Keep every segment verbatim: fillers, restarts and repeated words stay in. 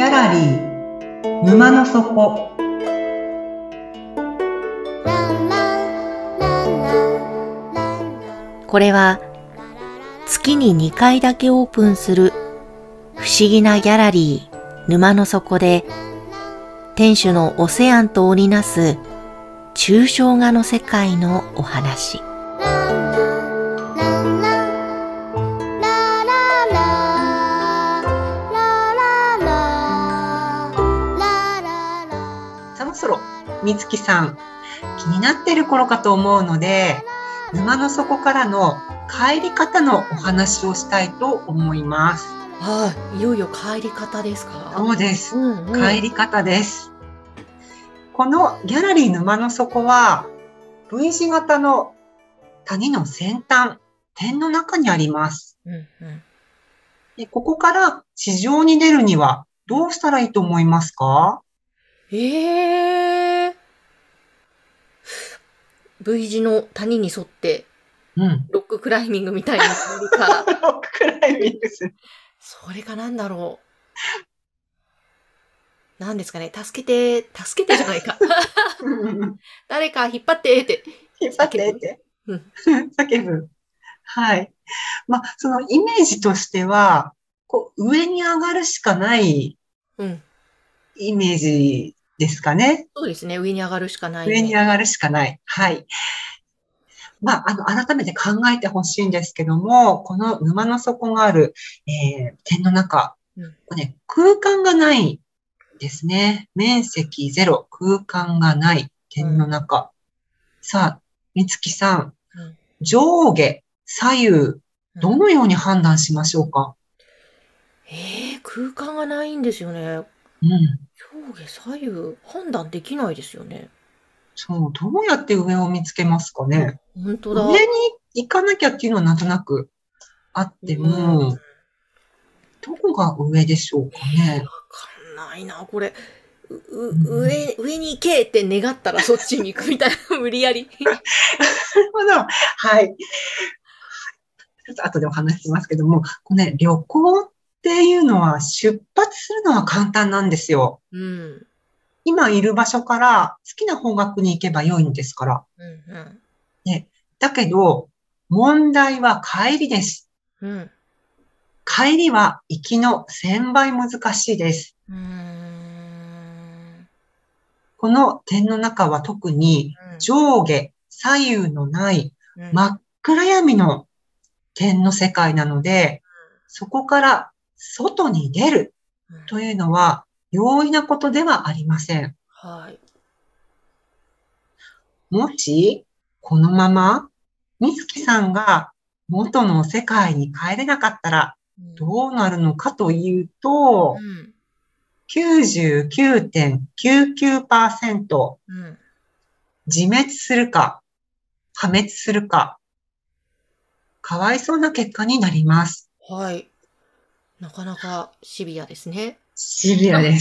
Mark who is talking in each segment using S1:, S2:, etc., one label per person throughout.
S1: ギャラリー沼の底。
S2: これは月ににかいだけオープンする不思議なギャラリー沼の底で、店主のオセアンと織りなす抽象画の世界のお話。
S1: そろそろみつきさん気になっている頃かと思うので、沼の底からの帰り方のお話をしたいと思います。
S2: はい、いよいよ帰り方ですか？
S1: そうです、
S2: うんうん、
S1: 帰り方です。このギャラリー沼の底は V 字型の谷の先端、点の中にあります。
S2: うんうん、
S1: でここから地上に出るにはどうしたらいいと思いますか？
S2: えー、V 字の谷に沿って
S1: うん、
S2: ロッククライミングみたいになるか
S1: ロッククライミングする。
S2: それかなんだろう。なんですかね。助けて、助けてじゃないか。誰か引っ張ってって。
S1: 引っ張ってって。
S2: うん、
S1: 叫ぶ。はい。まあ、そのイメージとしては、こう上に上がるしかない
S2: うん。
S1: イメージですかね。
S2: そうですね。上に上がるしかないね。
S1: 上に上がるしかない。はい。まあ、あの、改めて考えてほしいんですけども、この沼の底がある、えー、点の中、
S2: うん、
S1: これね、空間がないですね。面積ゼロ、空間がない点の中。うん、さあ、みつきさん、うん、上下、左右、どのように判断しましょうか？
S2: うん、えー、空間がないんですよね。
S1: うん。
S2: 上下左右、判断できないですよね。
S1: そう、どうやって上を見つけますかね？
S2: 本当だ。
S1: 上に行かなきゃっていうのはなんとなくあっても、うん、どこが上でしょうかね？
S2: わかんないな、これ。う、う、上、上に行けって願ったらそっちに行くみたいな、無理やり。
S1: なるほど。はい。後でお話しますけども、このね、旅行っていうのは出発するのは簡単なんですよ。
S2: うん、
S1: 今いる場所から好きな方角に行けば良いんですから。
S2: うんうん、
S1: ね、だけど、問題は帰りです。
S2: うん、
S1: 帰りは行きのせんばい難しいです。
S2: うーん、
S1: この点の中は特に上下左右のない真っ暗闇の点の世界なので、そこから外に出るというのは容易なことではありません。
S2: はい。
S1: もし、このまま、みつきさんが元の世界に帰れなかったら、どうなるのかというと、うん、きゅうじゅうきゅうてんきゅうきゅうパーセント、うん、自滅するか、破滅するか、かわいそうな結果になります。
S2: はい。なかなかシビアですね。
S1: シビアです。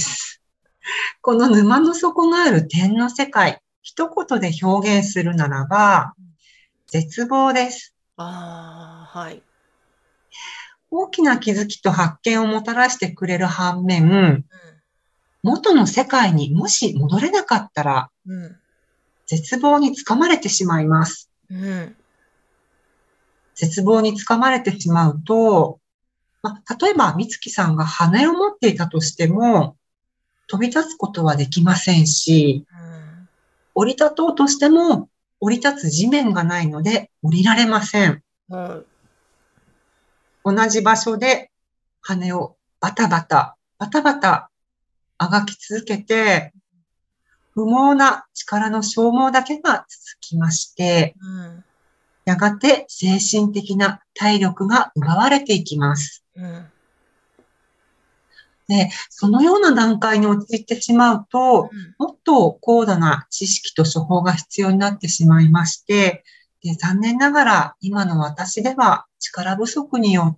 S1: この沼の底がある点の世界、一言で表現するならば、絶望です。
S2: ああ、はい。
S1: 大きな気づきと発見をもたらしてくれる反面、うん、元の世界にもし戻れなかったら、うん、絶望につかまれてしまいます。うん、絶望につかまれてしまうと、まあ、例えば、みつきさんが羽を持っていたとしても、飛び立つことはできませんし、うん、降り立とうとしても、降り立つ地面がないので降りられません。はい、同じ場所で羽をバタバタ、バタバタあがき続けて、不毛な力の消耗だけが続きまして、うん、やがて精神的な体力が奪われていきます。うん、で、そのような段階に陥ってしまうと、うん、もっと高度な知識と処方が必要になってしまいまして、で残念ながら今の私では力不足によって、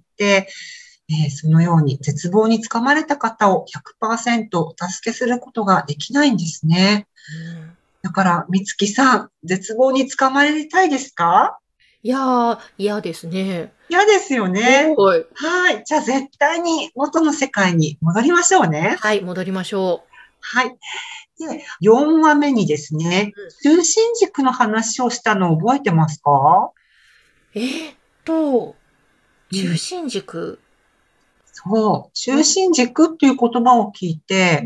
S1: えー、そのように絶望につかまれた方を ひゃくパーセント お助けすることができないんですね。うん、だから、みつきさん、絶望につかまれたいですか？
S2: いやー、嫌ですね。
S1: 嫌ですよね。
S2: はい。
S1: はい。じゃあ絶対に元の世界に戻りましょうね。
S2: はい、戻りましょ
S1: はい。で、よんわめにですね、
S2: う。
S1: 中心軸の話をしたのを覚えてますか？
S2: えーっと、中
S1: うん。
S2: 心軸。
S1: そう。
S2: うん、
S1: 中心軸っていう言葉を聞いて、
S2: うん、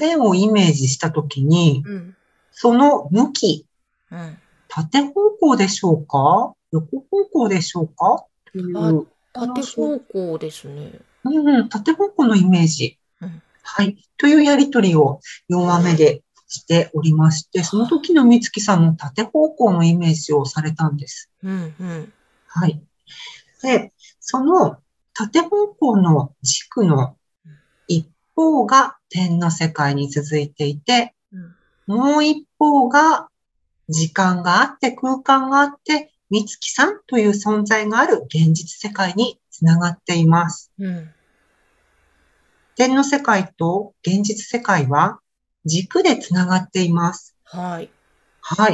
S1: 線をイメージしたときに、
S2: うん、
S1: その向き、
S2: うん。
S1: 縦方向でしょうか？横方向でしょうかとい
S2: あ、
S1: う
S2: 縦
S1: 話を、
S2: 方向ですね。
S1: うんうん、縦方向のイメージ。
S2: うん。
S1: はい。というやりとりをよんわめでしておりまして、その
S2: は
S1: 時の美月さんも縦方向のイメージをされたんです。
S2: うん、うん、
S1: はい。で、その縦方向の軸の一方が点の世界に続いていて、
S2: うん。
S1: もう一方が時間があって空間があって、美月さんという存在がある現実世界につながっています。
S2: うん。
S1: 点の世界と現実世界は軸でつながっています。
S2: はい。
S1: はい。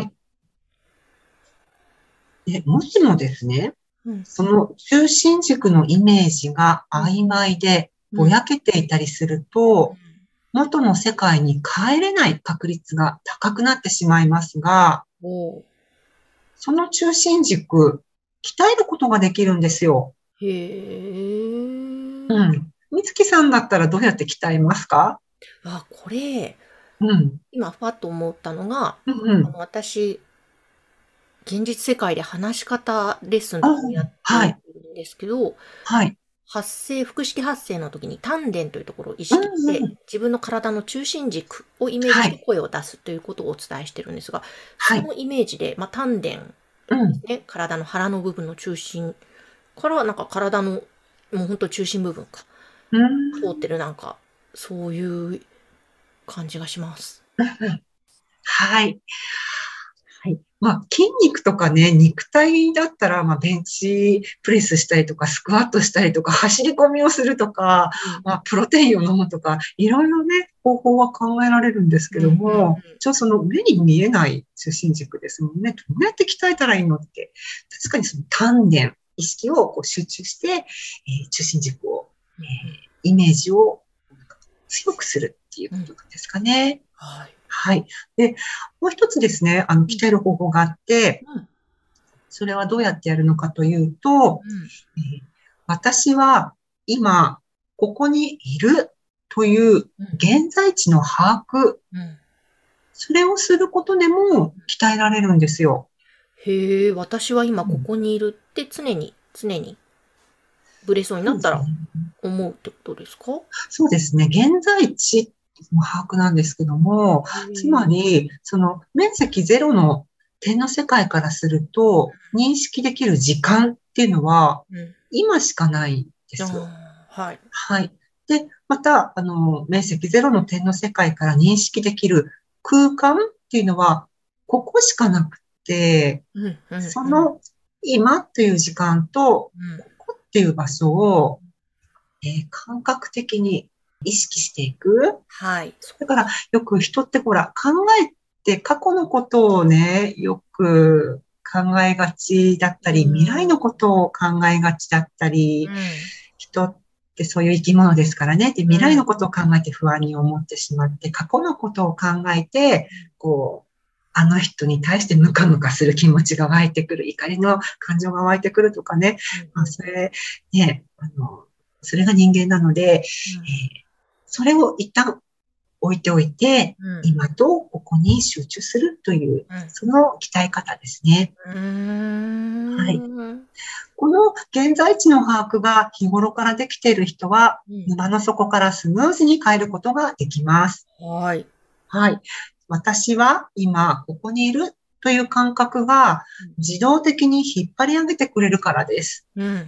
S1: で、もしもですね、
S2: うん、
S1: その中心軸のイメージが
S2: うん、
S1: 曖昧でぼ
S2: うん。
S1: やけていたりすると、元の世界に帰れない確率が高くなってしまいますが、
S2: おー。
S1: その中心軸、鍛えることができるんですよ。
S2: へー。
S1: うん。みつきさんだったらどうやって鍛えますか？
S2: あ、これ、
S1: うん。
S2: 今、ふわっと思ったのが、
S1: うんうん。
S2: あの、私、現実世界で話し方レッスン
S1: あ、
S2: とかもやってい
S1: はい。
S2: るんですけど、
S1: はい。
S2: 発声、腹式発声の時に丹田というところを意
S1: う
S2: 識して、
S1: んうん。
S2: 自分の体の中心軸をイメージして
S1: はい。
S2: 声を出すということをお伝えしてるんですが、
S1: はい。
S2: そのイメージで、まあ、丹田と
S1: うん。
S2: かですね、体の腹の部分の中心から、なんか体の、もうほんと中心部分か、
S1: うーん。
S2: 通ってるなんか、そういう感じがします。
S1: はい。はい。まあ、筋肉とかね、肉体だったら、まあ、ベンチプレスしたりとか、スクワットしたりとか、走り込みをするとか、
S2: うん。
S1: まあ、プロテインを飲むとか、いろいろね、方法は考えられるんですけ
S2: うんうんうん。
S1: ども、ちょ、その目に見えない中心軸ですもんね。どうやって鍛えたらいいのって。確かにその丹田、意識をこう集中して、えー中心軸を、
S2: うんうん。
S1: えーイメージを強くするっていう
S2: うん。
S1: ことなんですかね。
S2: はい。
S1: はい。で、もう一つですね、あの、
S2: うん。
S1: 鍛える方法があって、
S2: うん。
S1: それはどうやってやるのかというと、
S2: うん。
S1: えー私は今、ここにいるという
S2: うん。
S1: 現在地の把握、
S2: うん。
S1: それをすることでも鍛えられるんですよ。
S2: へえ、私は今
S1: うん、
S2: ここにいるって常に、常にブレそうになったら
S1: そうですね。
S2: 思うってことですか？
S1: そうですね。現在地の把握なんですけども、
S2: へ
S1: つま
S2: え。
S1: り、その面積ゼロの点の世界からすると、認識できる時間っていうのは、
S2: うん。
S1: 今しかないんで
S2: あ
S1: すよ。
S2: あ、はい。
S1: はい。で、また、あの、面積ゼロの点の世界から認識できる空間っていうのは、ここしかなくて、
S2: うん、うん、うん。
S1: その今という時間と、
S2: うん。
S1: ここっていう場所を、えー感覚的に意識していく。
S2: はい、そっ
S1: だから、
S2: か。
S1: よく人ってほら、考えて過去のことをね、よく考えがちだった
S2: う
S1: り、未来
S2: ん。
S1: のことを考えがちだったり、
S2: うん。
S1: 人ってそういう生き物ですからね。で、
S2: うん。
S1: 未来のことを考えて不安に思ってしまって、過去のことを考えて、こう、あの人に対してムカムカする気持ちが湧いてくる、怒りの感情が湧いてくるとかね。
S2: うん。
S1: まあ、それ、ね、あの、それが人間なので、えー
S2: うん。
S1: それを一旦置いておいて、
S2: うん。
S1: 今とここに集中するという、
S2: うん。
S1: その鍛え方ですね。
S2: うー
S1: はい。
S2: ん。
S1: この現在地の把握が日頃からできている人は、
S2: うん。
S1: 沼の底からスムーズに変えることができます。
S2: はい。
S1: はい。私は今ここにいるという感覚が自動的に引っ張り上げてくれるからです。
S2: うん、うん、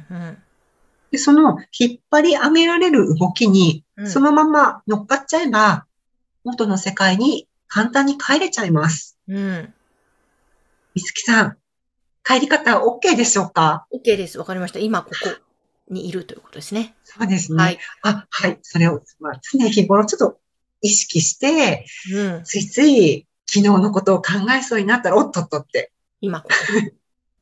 S2: うん。
S1: で、その引っ張り上げられる動きに
S2: うん。
S1: そのまま乗っかっちゃえば、元の世界に簡単に帰れちゃいます。
S2: うん。
S1: みつきさん、帰り方 OK でしょうか？
S2: OK です。わかりました。今ここにいるということですね。
S1: そうですね。
S2: はい。
S1: あ、はい。それを、まあ、常日頃ちょっと意識して、
S2: うん。
S1: ついつい昨日のことを考えそうになったら、おっとっとって。
S2: 今ここ。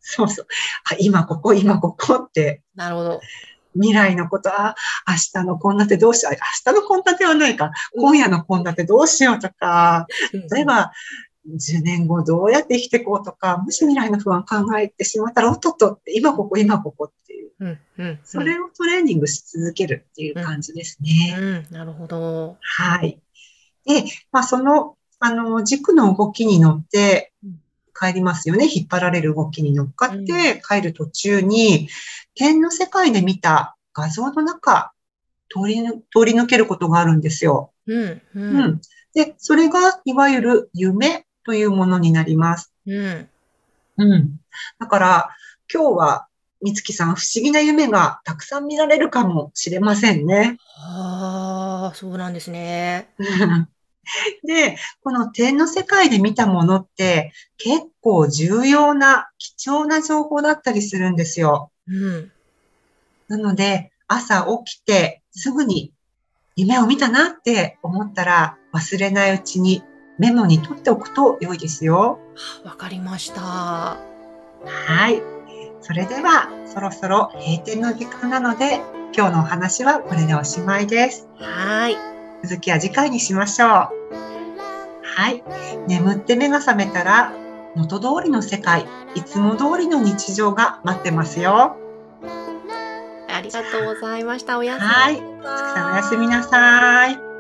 S1: そうそう。あ、今ここ、今ここって。
S2: なるほど。
S1: 未来のこと、あ、明日の献立どうしよう。明日の献立はないか。今夜の献立どうしようとか、例えば、じゅうねんごどうやって生きていこうとか、もし未来の不安考えてしまったら、おっとっとって、今ここ、今ここっていう。
S2: うんうんうん、
S1: それをトレーニングし続けるっていう感じですね。
S2: うんうん、なるほど。
S1: はい。で、まあ、その、あの、軸の動きに乗って帰りますよね。引っ張られる動きに乗っかって帰る途中に、点の世界で見た画像の中、通り、通り抜けることがあるんですよ。
S2: うん、うん。
S1: うん。で、それが、いわゆる夢というものになります。
S2: うん。
S1: うん。だから、今日は、みつきさん、不思議な夢がたくさん見られるかもしれませんね。
S2: はあ、そうなんですね。
S1: で、この点の世界で見たものって結構重要な貴重な情報だったりするんですよ。
S2: うん。
S1: なので、朝起きてすぐに夢を見たなって思ったら忘れないうちにメモに取っておくと良いですよ。
S2: わかりました。
S1: はい。それではそろそろ閉店の時間なので今日のお話はこれでおしまいです。
S2: はい。
S1: 続きは次回にしましょう。はい。眠って目が覚めたら、元通りの世界、いつも通りの日常が待ってますよ。
S2: ありがとうございました。おやすみな
S1: さい。はい。おやすみなさい。